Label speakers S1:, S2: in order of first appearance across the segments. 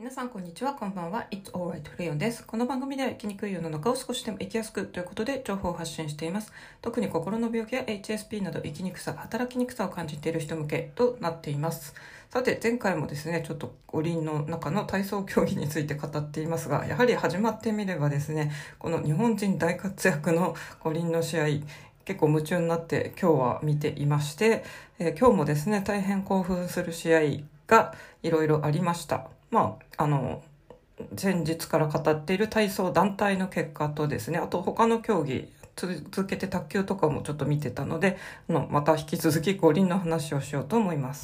S1: 皆さんこんにちは、こんばんは。It's alright レヨンです。この番組では生きにくい世の中を少しでも生きやすくということで情報を発信しています。特に心の病気や HSP など生きにくさ、働きにくさを感じている人向けとなっています。さて、前回もですね、ちょっと五輪の中の体操競技について語っていますが、やはり始まってみればですね、この日本人大活躍の五輪の試合、結構夢中になって今日は見ていまして、今日もですね、大変興奮する試合がいろいろありました。前日から語っている体操団体の結果とですね、あと他の競技、続けて卓球とかもちょっと見てたので、また引き続き五輪の話をしようと思います。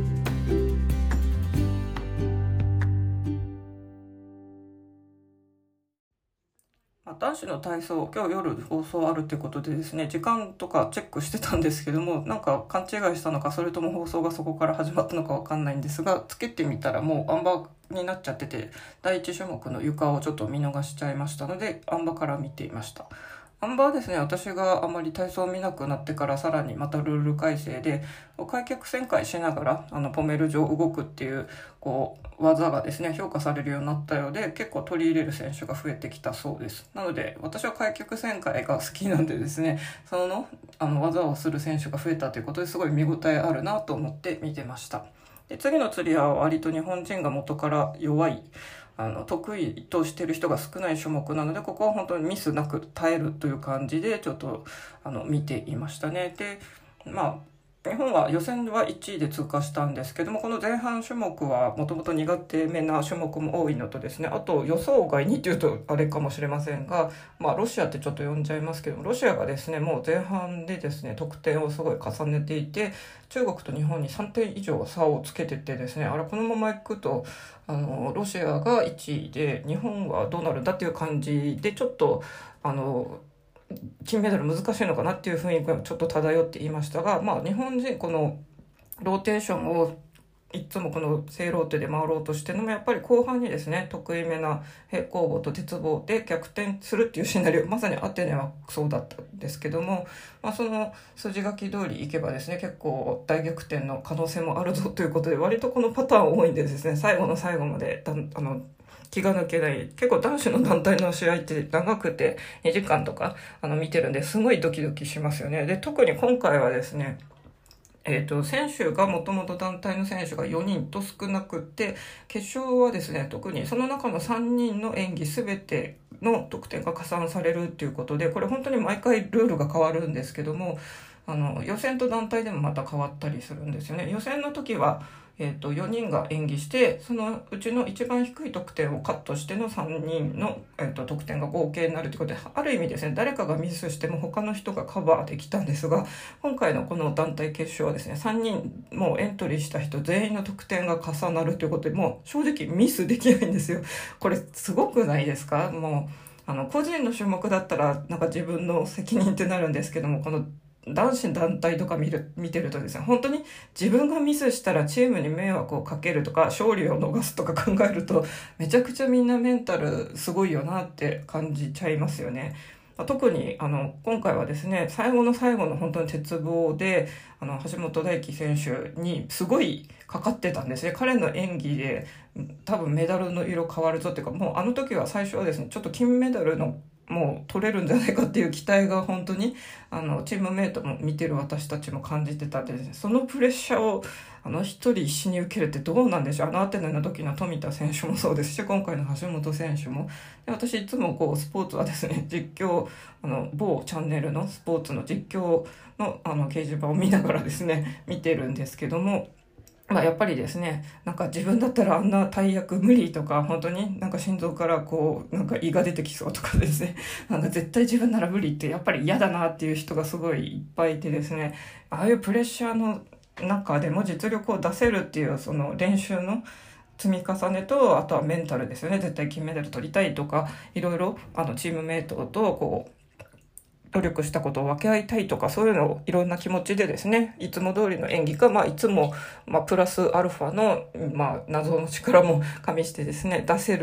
S1: 男子の体操、今日夜放送あるってことでですね、時間とかチェックしてたんですけども、なんか勘違いしたのか、それとも放送がそこから始まったのかわかんないんですが、つけてみたらもうあん馬になっちゃってて、第一種目の床をちょっと見逃しちゃいましたので、あん馬から見ていました。あん馬はですね、私があまり体操を見なくなってからさらにまたルール改正で、開脚旋回しながらポメル状動くっていう技がですね評価されるようになったようで、結構取り入れる選手が増えてきたそうです。なので私は開脚旋回が好きなんでですね、その技をする選手が増えたということですごい見応えあるなと思って見てました。で、次の釣りは割と日本人が元から弱い得意としている人が少ない種目なので、ここは本当にミスなく耐えるという感じでちょっと見ていましたね。で、日本は予選は1位で通過したんですけども、この前半種目はもともと苦手めな種目も多いのとですね、あと予想外にというとあれかもしれませんが、ロシアってちょっと呼んじゃいますけども、ロシアがですねもう前半でですね得点をすごい重ねていて、中国と日本に3点以上差をつけててですね、このままいくとロシアが1位で日本はどうなるんだっていう感じで、ちょっと金メダル難しいのかなっていう雰囲気がちょっと漂っていましたが、日本人このローテーションをいつもこの正ローテで回ろうとしてるのも、やっぱり後半にですね得意めな平行棒と鉄棒で逆転するっていうシナリオ、まさにアテネはそうだったんですけども、その筋書き通りいけばですね、結構大逆転の可能性もあるぞということで、割とこのパターン多いんでですね、最後の最後まで気が抜けない。結構男子の団体の試合って長くて2時間とか見てるんで、すごいドキドキしますよね。で、特に今回はですね、選手がもともと団体の選手が4人と少なくって、決勝はですね、特にその中の3人の演技すべての得点が加算されるっていうことで、これ本当に毎回ルールが変わるんですけども、予選と団体でもまた変わったりするんですよね。予選の時は4人が演技して、そのうちの一番低い得点をカットしての3人の、得点が合計になるということで、ある意味ですね、誰かがミスしても他の人がカバーできたんですが、今回のこの団体決勝はですね、3人もうエントリーした人全員の得点が重なるということで、もう正直ミスできないんですよ。これすごくないですか？もう個人の種目だったらなんか自分の責任ってなるんですけども、この男子団体とか見てるとですね、本当に自分がミスしたらチームに迷惑をかけるとか、勝利を逃すとか考えると、めちゃくちゃみんなメンタルすごいよなって感じちゃいますよね。特に今回はですね、最後の最後の本当に鉄棒で橋本大輝選手にすごいかかってたんですね。彼の演技で多分メダルの色変わるぞっていうか、もう時は最初はですね、ちょっと金メダルのもう取れるんじゃないかっていう期待が本当にチームメイトも見てる私たちも感じてたんでですね、そのプレッシャーを一人一緒に受けるってどうなんでしょう。アテネの時の富田選手もそうですし、今回の橋本選手も。で、私いつもスポーツはですね、実況某チャンネルのスポーツの実況の掲示板を見ながらですね見てるんですけども、やっぱりですね、なんか自分だったらあんな大役無理とか、本当になんか心臓からなんか胃が出てきそうとかですね、なんか絶対自分なら無理ってやっぱり嫌だなっていう人がすごいいっぱいいてですね、ああいうプレッシャーの中でも実力を出せるっていうその練習の積み重ねと、あとはメンタルですよね。絶対金メダル取りたいとか、いろいろチームメイトと努力したことを分け合いたいとか、そういうのをいろんな気持ちでですね、いつも通りの演技か、いつも、プラスアルファの、謎の力も加味してですね、出せる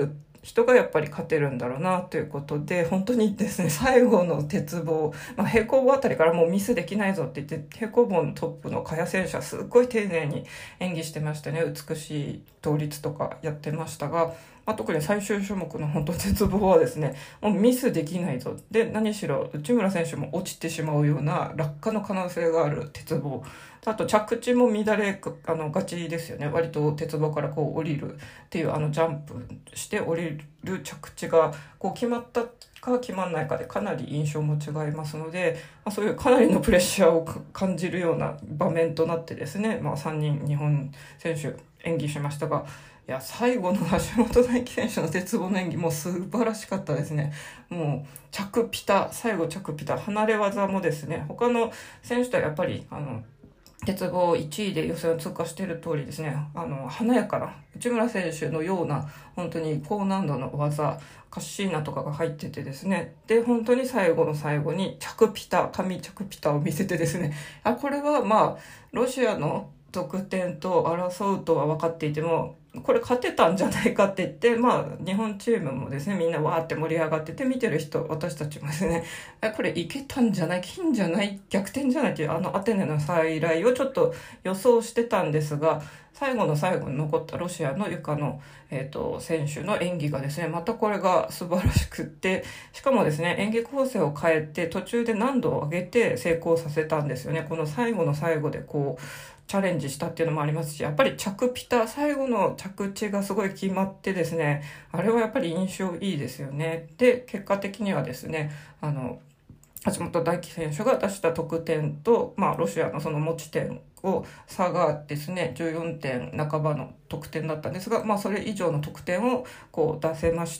S1: 人がやっぱり勝てるんだろうなということで、本当にですね、最後の鉄棒、平行棒あたりからもうミスできないぞって言って、平行棒のトップの萱選手はすっごい丁寧に演技してましたね。美しい倒立とかやってましたが、特に最終種目の本当鉄棒はですね、もうミスできないぞ。で、何しろ内村選手も落ちてしまうような落下の可能性がある鉄棒。あと着地も乱れがちですよね。割と鉄棒からこう降りるっていうジャンプして降りる着地がこう決まったか決まんないかでかなり印象も違いますので、そういうかなりのプレッシャーを感じるような場面となってですね、3人日本選手演技しましたが、いや、最後の橋本大輝選手の鉄棒の演技も素晴らしかったですね。もう、着ピタ、最後着ピタ、離れ技もですね、他の選手とはやっぱり、鉄棒1位で予選を通過している通りですね、華やかな、内村選手のような、本当に高難度の技、カッシーナとかが入っててですね、で、本当に最後の最後に着ピタ、神着ピタを見せてですね、これはロシアの得点と争うとは分かっていても、これ勝てたんじゃないかって言って、日本チームもですね、みんなわーって盛り上がってて、見てる人、私たちもですね、これいけたんじゃない、金じゃない、逆転じゃないっていう、アテネの再来をちょっと予想してたんですが、最後の最後に残ったロシアのゆかの、選手の演技がですね、またこれが素晴らしくって、しかもですね、演技構成を変えて、途中で難度を上げて成功させたんですよね。この最後の最後でこう、チャレンジしたっていうのもありますし、やっぱり着ピタ、最後の着地がすごい決まってですね、あれはやっぱり印象いいですよね。で、結果的にはですね、橋本大輝選手が出した得点と、ロシアのその持ち点を差がですね、14点半ばの得点だったんですが、それ以上の得点をこう出せまして、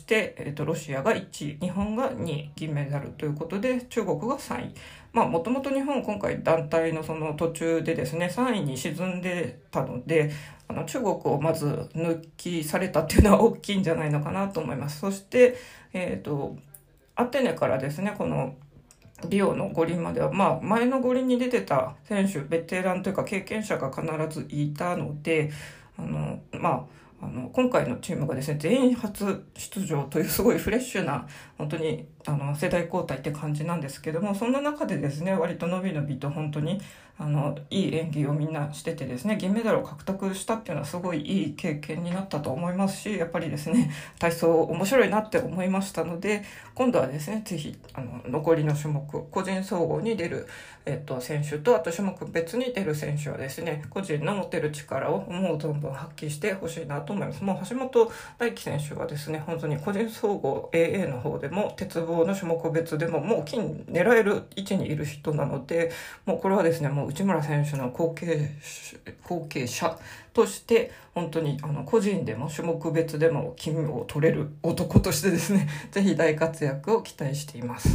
S1: ロシアが1位、日本が2位、銀メダルということで、中国が3位。もともと日本今回団体のその途中でですね、3位に沈んでたので、中国をまず抜きされたっていうのは大きいんじゃないのかなと思います。そして、アテネからですね、このリオの五輪までは、前の五輪に出てた選手、ベテランというか経験者が必ずいたので、今回のチームがですね、全員初出場というすごいフレッシュな、本当に世代交代って感じなんですけども、そんな中でですね、割とのびのびと本当にいい演技をみんなしててですね、銀メダルを獲得したっていうのはすごいいい経験になったと思いますし、やっぱりですね、体操面白いなって思いましたので、今度はですね、ぜひ残りの種目、個人総合に出る、選手と、あと種目別に出る選手はですね、個人の持てる力を思う存分発揮してほしいなと思います。もう橋本大輝選手はですね、本当に個人総合 AA の方でも鉄棒の種目別でももう金狙える位置にいる人なので、もうこれはですね、もう内村選手の後継者として本当に個人でも種目別でも金を取れる男としてですね、ぜひ大活躍を期待しています。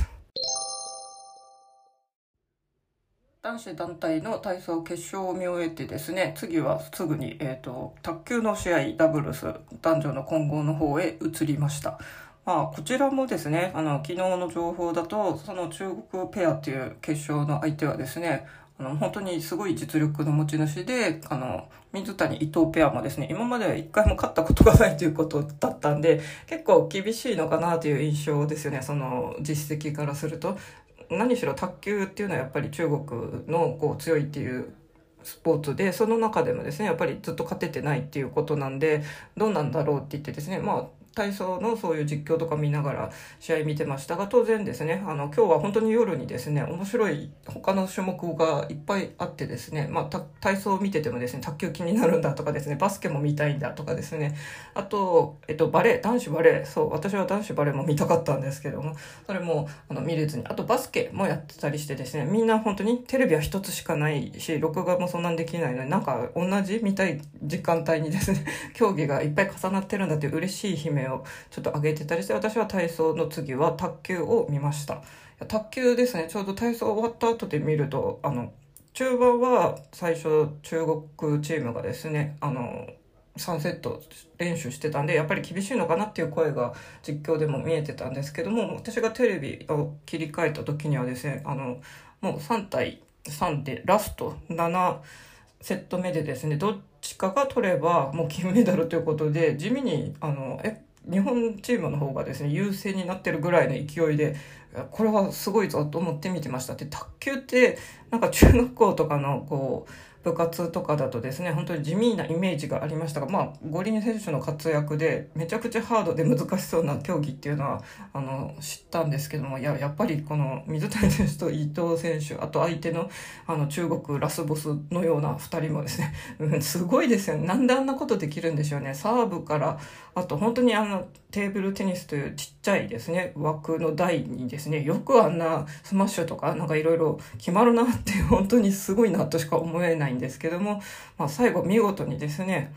S1: 男子団体の体操決勝を見終えてですね、次はすぐに、卓球の試合ダブルス男女の混合の方へ移りました。こちらもですね、昨日の情報だと、その中国ペアっていう決勝の相手はですね、本当にすごい実力の持ち主で、水谷伊藤ペアもですね、今までは一回も勝ったことがないということだったんで、結構厳しいのかなという印象ですよね、その実績からすると。何しろ卓球っていうのはやっぱり中国のこう強いっていうスポーツで、その中でもですね、やっぱりずっと勝ててないっていうことなんで、どうなんだろうって言ってですね、体操のそういう実況とか見ながら試合見てましたが、当然ですね、今日は本当に夜にですね、面白い他の種目がいっぱいあってですね、体操を見ててもですね、卓球気になるんだとかですね、バスケも見たいんだとかですね、あと、バレー、男子バレー、そう、私は男子バレーも見たかったんですけども、それも見れずに、あとバスケもやってたりしてですね、みんな本当にテレビは一つしかないし、録画もそんなんできないのに、なんか同じ見たい時間帯にですね、競技がいっぱい重なってるんだっていう嬉しい悲鳴をちょっと上げてたりして、私は体操の次は卓球を見ました。卓球ですね、ちょうど体操終わった後で見ると、中盤は最初中国チームがですね、3セット練習してたんで、やっぱり厳しいのかなっていう声が実況でも見えてたんですけども、私がテレビを切り替えた時にはですね、もう3対3でラスト7セット目でですね、どっちかが取ればもう金メダルということで、地味に日本チームの方がですね優勢になってるぐらいの勢いで、これはすごいぞと思って見てました。で、卓球ってなんか中学校とかのこう部活とかだとですね本当に地味なイメージがありましたが、五輪選手の活躍でめちゃくちゃハードで難しそうな競技っていうのは知ったんですけども、やっぱりこの水谷選手と伊藤選手、あと相手の中国ラスボスのような2人もですねすごいですよね。なんであんなことできるんでしょうね。サーブから、あと本当にテーブルテニスというちっちゃいですね枠の台にですね、よくあんなスマッシュとかなんかいろいろ決まるなって本当にすごいなとしか思えないんですけども、最後見事にですね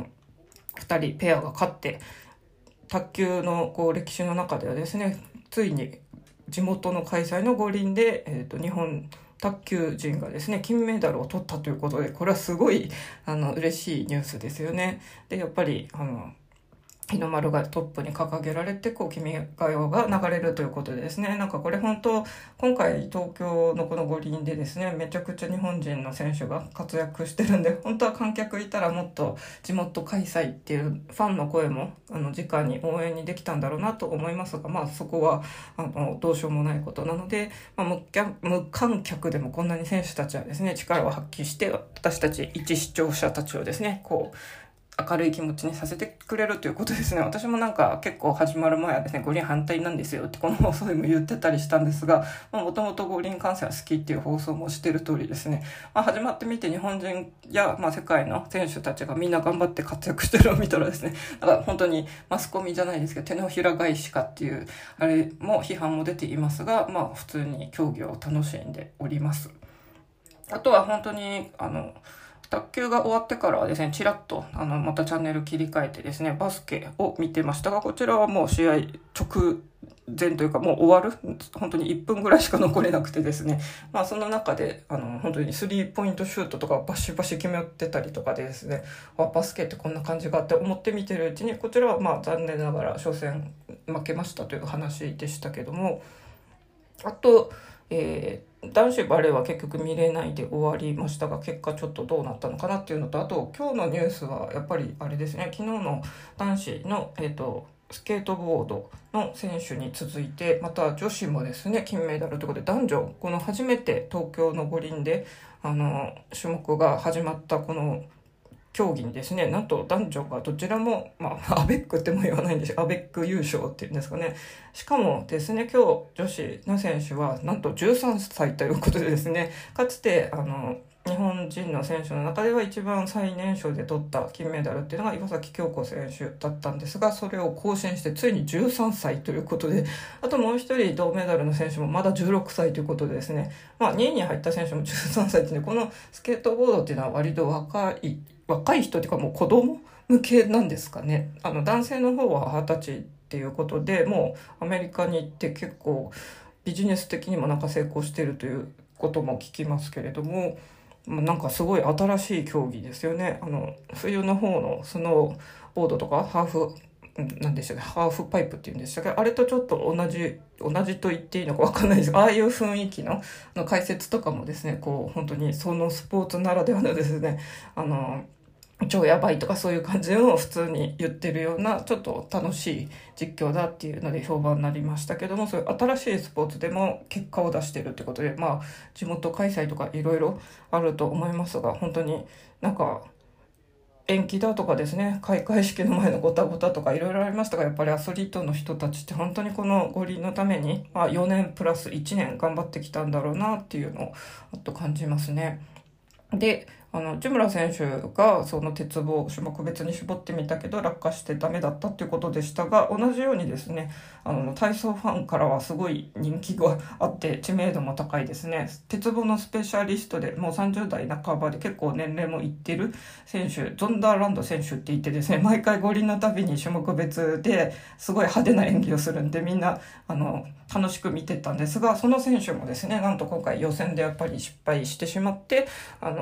S1: 2人ペアが勝って、卓球のこう歴史の中ではですねついに地元の開催の五輪で、日本卓球陣がですね金メダルを取ったということで、これはすごい嬉しいニュースですよね。で、やっぱり日の丸がトップに掲げられて、君が代が流れるということでですね、なんかこれ本当今回東京のこの五輪でですねめちゃくちゃ日本人の選手が活躍してるんで、本当は観客いたらもっと地元開催っていうファンの声も直に応援にできたんだろうなと思いますが、そこはどうしようもないことなので、無観客でもこんなに選手たちはですね力を発揮して、私たち一視聴者たちをですね明るい気持ちにさせてくれるということですね。私もなんか結構始まる前はですね五輪反対なんですよってこの放送でも言ってたりしたんですが、もともと五輪観戦は好きっていう放送もしてる通りですね、始まってみて日本人や、世界の選手たちがみんな頑張って活躍してるのを見たらですね、だから本当にマスコミじゃないですけど手のひら返しかっていうあれも批判も出ていますが、普通に競技を楽しんでおります。あとは本当に卓球が終わってからはですね、ちらっとまたチャンネル切り替えてですね、バスケを見てましたが、こちらはもう試合直前というかもう終わる本当に1分ぐらいしか残れなくてですね、その中で本当にスリーポイントシュートとかバシバシ決めてたりとかでですね、バスケってこんな感じかって思って見てるうちに、こちらは残念ながら初戦負けましたという話でしたけども、あと男子バレーは結局見れないで終わりましたが、結果ちょっとどうなったのかなっていうのと、あと今日のニュースはやっぱりあれですね、昨日の男子の、スケートボードの選手に続いて、また女子もですね金メダルということで、男女この初めて東京の五輪で種目が始まったこの競技にですね、なんと男女がどちらも、アベックっても言わないんですよ。アベック優勝っていうんですかね。しかもですね、今日女子の選手はなんと13歳ということでですね、かつて日本人の選手の中では一番最年少で取った金メダルっていうのが岩崎恭子選手だったんですが、それを更新してついに13歳ということで、あともう一人銅メダルの選手もまだ16歳ということでですね、2位に入った選手も13歳っていう、このスケートボードっていうのは割と若い人っていうかもう子供向けなんですかね。男性の方は20歳っていうことで、もうアメリカに行って結構ビジネス的にもなんか成功しているということも聞きますけれども、なんかすごい新しい競技ですよね。冬の方のスノーボードとかハーフパイプっていうんでしたっけ、あれとちょっと同じと言っていいのか分かんないですが、ああいう雰囲気の解説とかもですね、本当にそのスポーツならではのですね、超やばいとかそういう感じを普通に言ってるようなちょっと楽しい実況だっていうので評判になりましたけども、そういう新しいスポーツでも結果を出してるってことで、地元開催とかいろいろあると思いますが、本当になんか延期だとかですね、開会式の前のごたごたとかいろいろありましたが、やっぱりアスリートの人たちって本当にこの五輪のために、4年プラス1年頑張ってきたんだろうなっていうのをと感じますね。で、内村選手がその鉄棒種目別に絞ってみたけど落下してダメだったっていうことでしたが、同じようにですね体操ファンからはすごい人気があって知名度も高いですね。鉄棒のスペシャリストでもう30代半ばで結構年齢もいってる選手、ゾンダーランド選手って言ってですね、毎回五輪のたびに種目別ですごい派手な演技をするんで、みんな楽しく見てたんですが、その選手もですねなんと今回予選でやっぱり失敗してしまって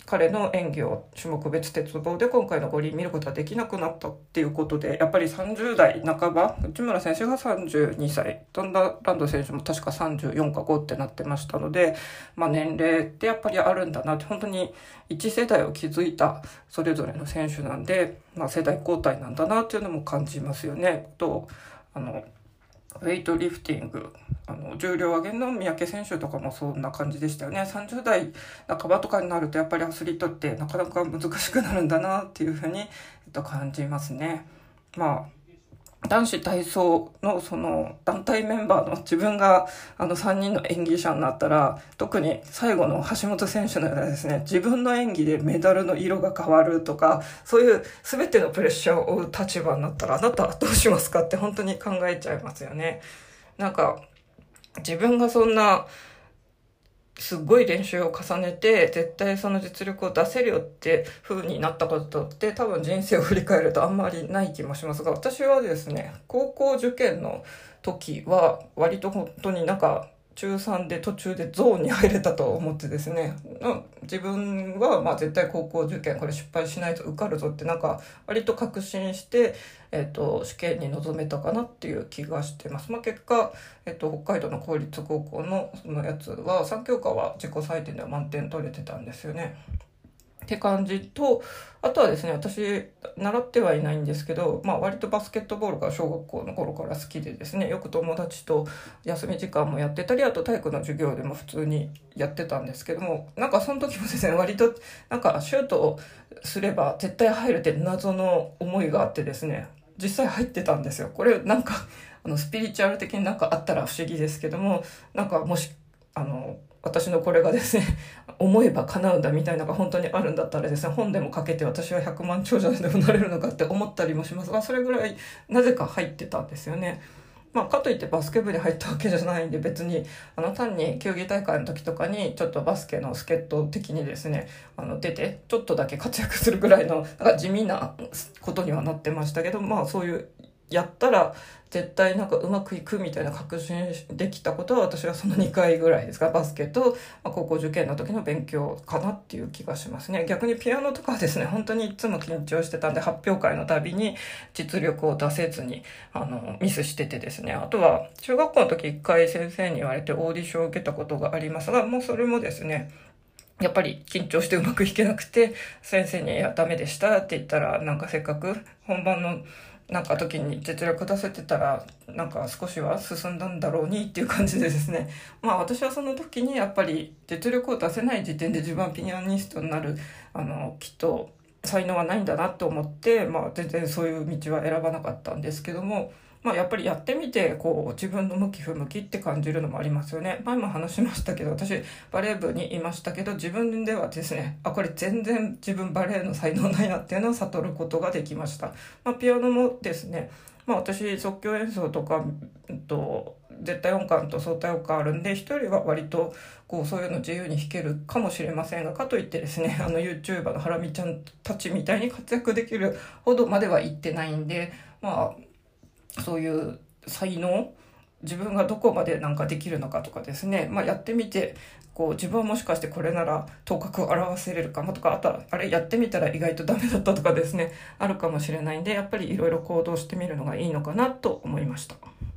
S1: 彼の演技を種目別鉄棒で今回の五輪見ることはできなくなったっていうことで、やっぱり30代半ば、内村選手が32歳、ダンダランド選手も確か34か5ってなってましたので、年齢ってやっぱりあるんだなって、本当に一世代を築いたそれぞれの選手なんで、世代交代なんだなっていうのも感じますよね。とウェイトリフティング、重量挙げの三宅選手とかもそんな感じでしたよね。30代半ばとかになるとやっぱりアスリートってなかなか難しくなるんだなっていうふうに、感じますね。男子体操のその団体メンバーの自分が3人の演技者になったら、特に最後の橋本選手のようなですね、自分の演技でメダルの色が変わるとか、そういう全てのプレッシャーを負う立場になったら、あなたはどうしますかって本当に考えちゃいますよね。自分がそんなすっごい練習を重ねて絶対その実力を出せるよって風になったことって多分人生を振り返るとあんまりない気もしますが、私はですね、高校受験の時は割と本当に中3で途中でゾーンに入れたと思ってですね、自分は絶対高校受験これ失敗しないと受かるぞって割と確信して、試験に臨めたかなっていう気がしてます。結果、北海道の公立高校のそのやつは3教科は自己採点では満点取れてたんですよね。って感じと、あとはですね、私習ってはいないんですけど、割とバスケットボールが小学校の頃から好きでですね、よく友達と休み時間もやってたり、あと体育の授業でも普通にやってたんですけども、その時もですね、割とシュートをすれば絶対入るって謎の思いがあってですね、実際入ってたんですよ。これスピリチュアル的にあったら不思議ですけども、もし私のこれがですね思えば叶うんだみたいなのが本当にあるんだったらですね、本でも書けて私は100万長者でもなれるのかって思ったりもしますが、それぐらいなぜか入ってたんですよね。かといってバスケ部に入ったわけじゃないんで、別に単に球技大会の時とかにちょっとバスケの助っ人的にですね出てちょっとだけ活躍するぐらいの地味なことにはなってましたけど、そういうやったら絶対うまくいくみたいな確信できたことは、私はその2回ぐらいですか、バスケと高校受験の時の勉強かなっていう気がしますね。逆にピアノとかはですね、本当にいつも緊張してたんで、発表会のたびに実力を出せずにミスしててですね、あとは中学校の時1回先生に言われてオーディションを受けたことがありますが、もうそれもですね、やっぱり緊張してうまく弾けなくて、先生に「いやダメでした」って言ったら、せっかく本番の時に実力出せてたら少しは進んだんだろうにっていう感じでですね、私はその時にやっぱり実力を出せない時点で自分はピアニストになるきっと才能はないんだなと思って、全然そういう道は選ばなかったんですけども、やっぱりやってみて自分の向き不向きって感じるのもありますよね。前も話しましたけど、私バレー部にいましたけど、自分ではですね、これ全然自分バレーの才能ないなっていうのを悟ることができました。ピアノもですね、私即興演奏とか絶対音感と相対音感あるんで、一人は割とそういうの自由に弾けるかもしれませんが、かといってですねYouTuber のハラミちゃんたちみたいに活躍できるほどまでは行ってないんで、そういう才能、自分がどこまでできるのかとかですね、やってみて自分はもしかしてこれなら頭角を表せれるかもとか、あとはあれやってみたら意外とダメだったとかですね、あるかもしれないんで、やっぱりいろいろ行動してみるのがいいのかなと思いました。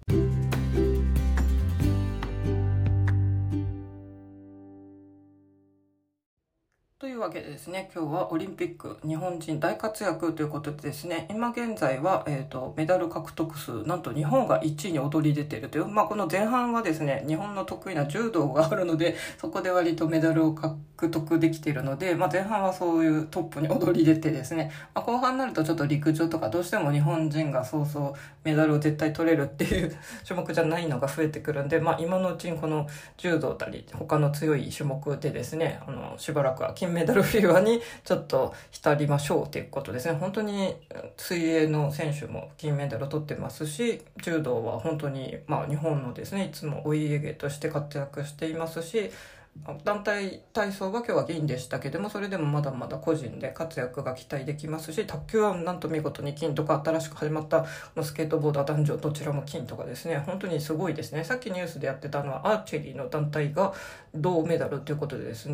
S1: というわけでですね、今日はオリンピック日本人大活躍ということでですね、今現在は、メダル獲得数、なんと日本が1位に躍り出ているという、この前半はですね、日本の得意な柔道があるので、そこで割とメダルを獲得できているので、前半はそういうトップに躍り出てですね、後半になるとちょっと陸上とかどうしても日本人がそうそうメダルを絶対取れるっていう種目じゃないのが増えてくるんで、今のうちにこの柔道たり他の強い種目でですね、しばらくは金メダルフィーバーにちょっと浸りましょうということですね。本当に水泳の選手も金メダルを取ってますし、柔道は本当に日本のですね、いつもお家芸として活躍していますし、団体体操は今日は銀でしたけども、それでもまだまだ個人で活躍が期待できますし、卓球はなんと見事に金とか、新しく始まったスケートボーダー男女どちらも金とかですね、本当にすごいですね。さっきニュースでやってたのはアーチェリーの団体が銅メダルということでですね、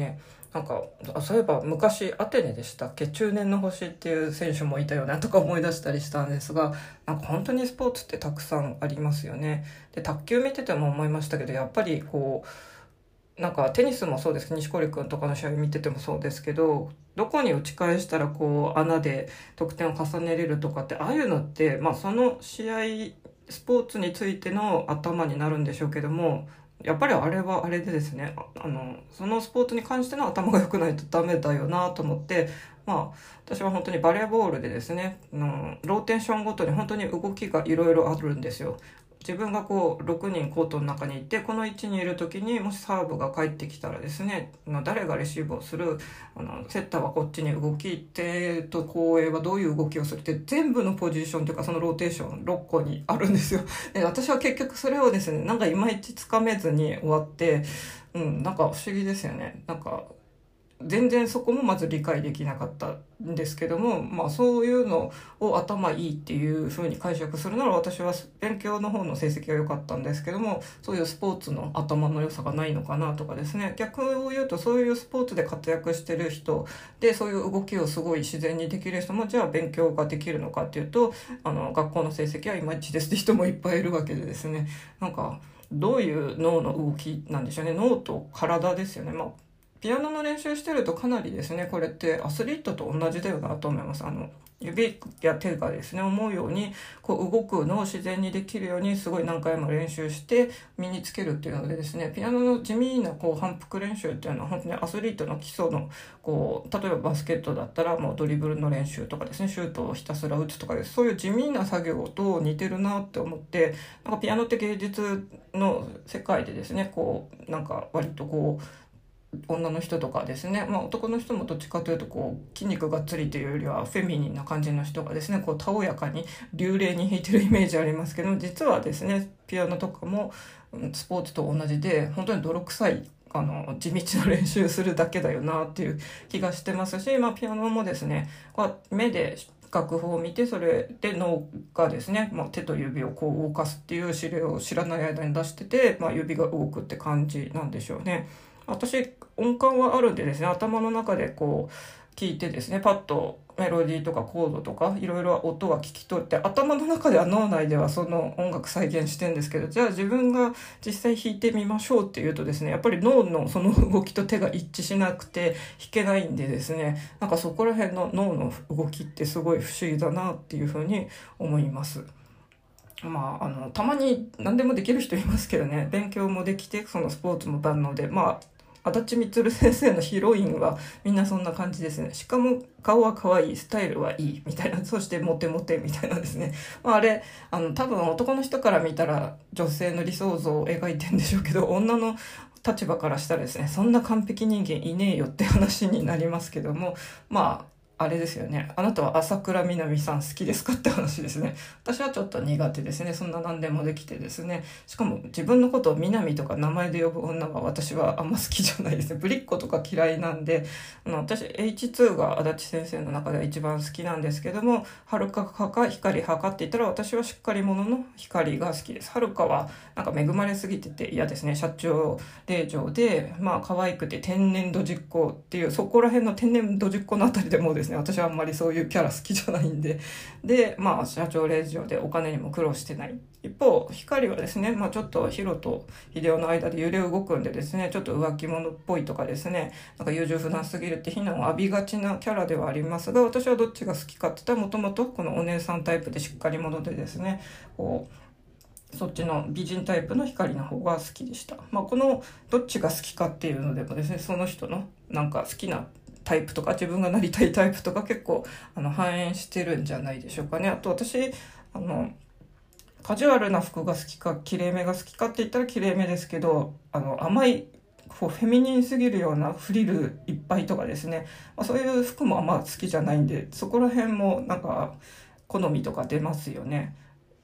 S1: なんかそういえば昔アテネでしたっけ、中年の星っていう選手もいたよなとか思い出したりしたんですが、なんか本当にスポーツってたくさんありますよね。で卓球見てても思いましたけど、やっぱりこうなんかテニスもそうですけど、錦織君とかの試合見ててもそうですけど、どこに打ち返したらこう穴で得点を重ねれるとかって、ああいうのって、その試合スポーツについての頭になるんでしょうけども、やっぱりあれはあれでですね、そのスポーツに関しての頭が良くないとダメだよなと思って、私は本当にバレーボールでですね、ローテーションごとに本当に動きがいろいろあるんですよ。自分がこう6人コートの中にいて、この位置にいる時にもしサーブが返ってきたらですね、誰がレシーブをする、セッターはこっちに動き、手と後衛はどういう動きをするって、全部のポジションというかそのローテーション6個にあるんですよ。で私は結局それをですね、なんかいまいちつかめずに終わって、なんか不思議ですよね。なんか全然そこもまず理解できなかったんですけども、そういうのを頭いいっていう風に解釈するなら、私は勉強の方の成績が良かったんですけども、そういうスポーツの頭の良さがないのかなとかですね、逆を言うとそういうスポーツで活躍してる人で、そういう動きをすごい自然にできる人も、じゃあ勉強ができるのかっていうと、学校の成績はいまいちですって人もいっぱいいるわけでですね、なんかどういう脳の動きなんでしょうね。脳と体ですよね。ピアノの練習してるとかなりですね、これってアスリートと同じだよなと思います。指や手がですね、思うようにこう動くのを自然にできるようにすごい何回も練習して身につけるっていうのでですね、ピアノの地味なこう反復練習っていうのは本当にアスリートの基礎のこう、例えばバスケットだったらもうドリブルの練習とかですね、シュートをひたすら打つとかです。そういう地味な作業と似てるなって思って、なんかピアノって芸術の世界でですね、こうなんか割とこう女の人とかですね、男の人もどっちかというとこう筋肉がっつりというよりはフェミニンな感じの人がですね、こうたおやかに流麗に弾いてるイメージありますけど、実はですねピアノとかもスポーツと同じで本当に泥臭い地道な練習するだけだよなっていう気がしてますし、ピアノもですね、こう目で楽譜を見て、それで脳がですね、手と指をこう動かすっていう指令を知らない間に出してて、指が動くって感じなんでしょうね。私音感はあるんでですね、頭の中でこう聞いてですね、パッとメロディーとかコードとかいろいろ音は聞き取って、頭の中では脳内ではその音楽再現してるんですけど、じゃあ自分が実際弾いてみましょうっていうとですね、やっぱり脳のその動きと手が一致しなくて弾けないんでですね、なんかそこら辺の脳の動きってすごい不思議だなっていうふうに思います。たまに何でもできる人いますけどね、勉強もできてそのスポーツも万能で、足立みつる先生のヒロインはみんなそんな感じですね。しかも顔は可愛い、スタイルはいいみたいな、そしてモテモテみたいなですね。あれ多分男の人から見たら女性の理想像を描いてんでしょうけど、女の立場からしたらですね、そんな完璧人間いねえよって話になりますけども、あれですよね。あなたは朝倉みなみさん好きですかって話ですね。私はちょっと苦手ですね。そんな何でもできてですね。しかも自分のことをみなみとか名前で呼ぶ女は私はあんま好きじゃないですね。ぶりっ子とか嫌いなんで、私 H2 が足立先生の中では一番好きなんですけども、はるか派か光派かって言ったら、私はしっかり者の光が好きです。はるかはなんか恵まれすぎてて嫌ですね。社長令嬢で、可愛くて天然ドジっ子っていう、そこら辺の天然ドジっ子のあたりでもですね、私はあんまりそういうキャラ好きじゃないんで、社長令嬢でお金にも苦労してない。一方光はですね、ちょっとヒロと秀夫の間で揺れ動くんでですね、ちょっと浮気者っぽいとかですね、なんか優柔不断すぎるって非難を浴びがちなキャラではありますが、私はどっちが好きかって言ったら、もともとこのお姉さんタイプでしっかり者でですね、そっちの美人タイプの光の方が好きでした。このどっちが好きかっていうのでもですね、その人のなんか好きなタイプとか自分がなりたいタイプとか結構反映してるんじゃないでしょうかね。あと私カジュアルな服が好きかきれいめが好きかって言ったらきれいめですけど、甘いフェミニンすぎるようなフリルいっぱいとかですね、そういう服もあんま好きじゃないんで、そこら辺もなんか好みとか出ますよね。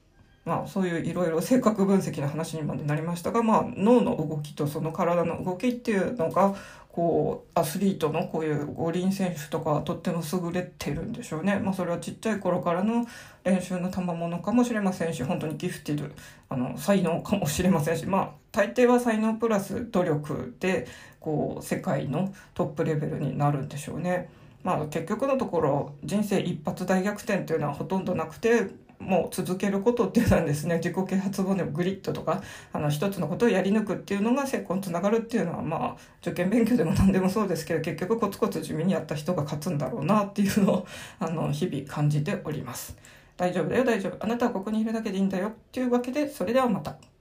S1: そういういろいろ性格分析の話にまでなりましたが、脳の動きとその体の動きっていうのがアスリートのこういう五輪選手とかはとっても優れてるんでしょうね。それはちっちゃい頃からの練習の賜物かもしれませんし、本当にギフティド才能かもしれませんし、大抵は才能プラス努力で世界のトップレベルになるんでしょうね。結局のところ人生一発大逆転っていうのはほとんどなくて、もう続けることっていうのはですね、自己啓発本でもグリッドとか一つのことをやり抜くっていうのが成功につながるっていうのは、受験勉強でも何でもそうですけど、結局コツコツ地味にやった人が勝つんだろうなっていうのを日々感じております。大丈夫だよ、大丈夫、あなたはここにいるだけでいいんだよっていうわけで、それではまた。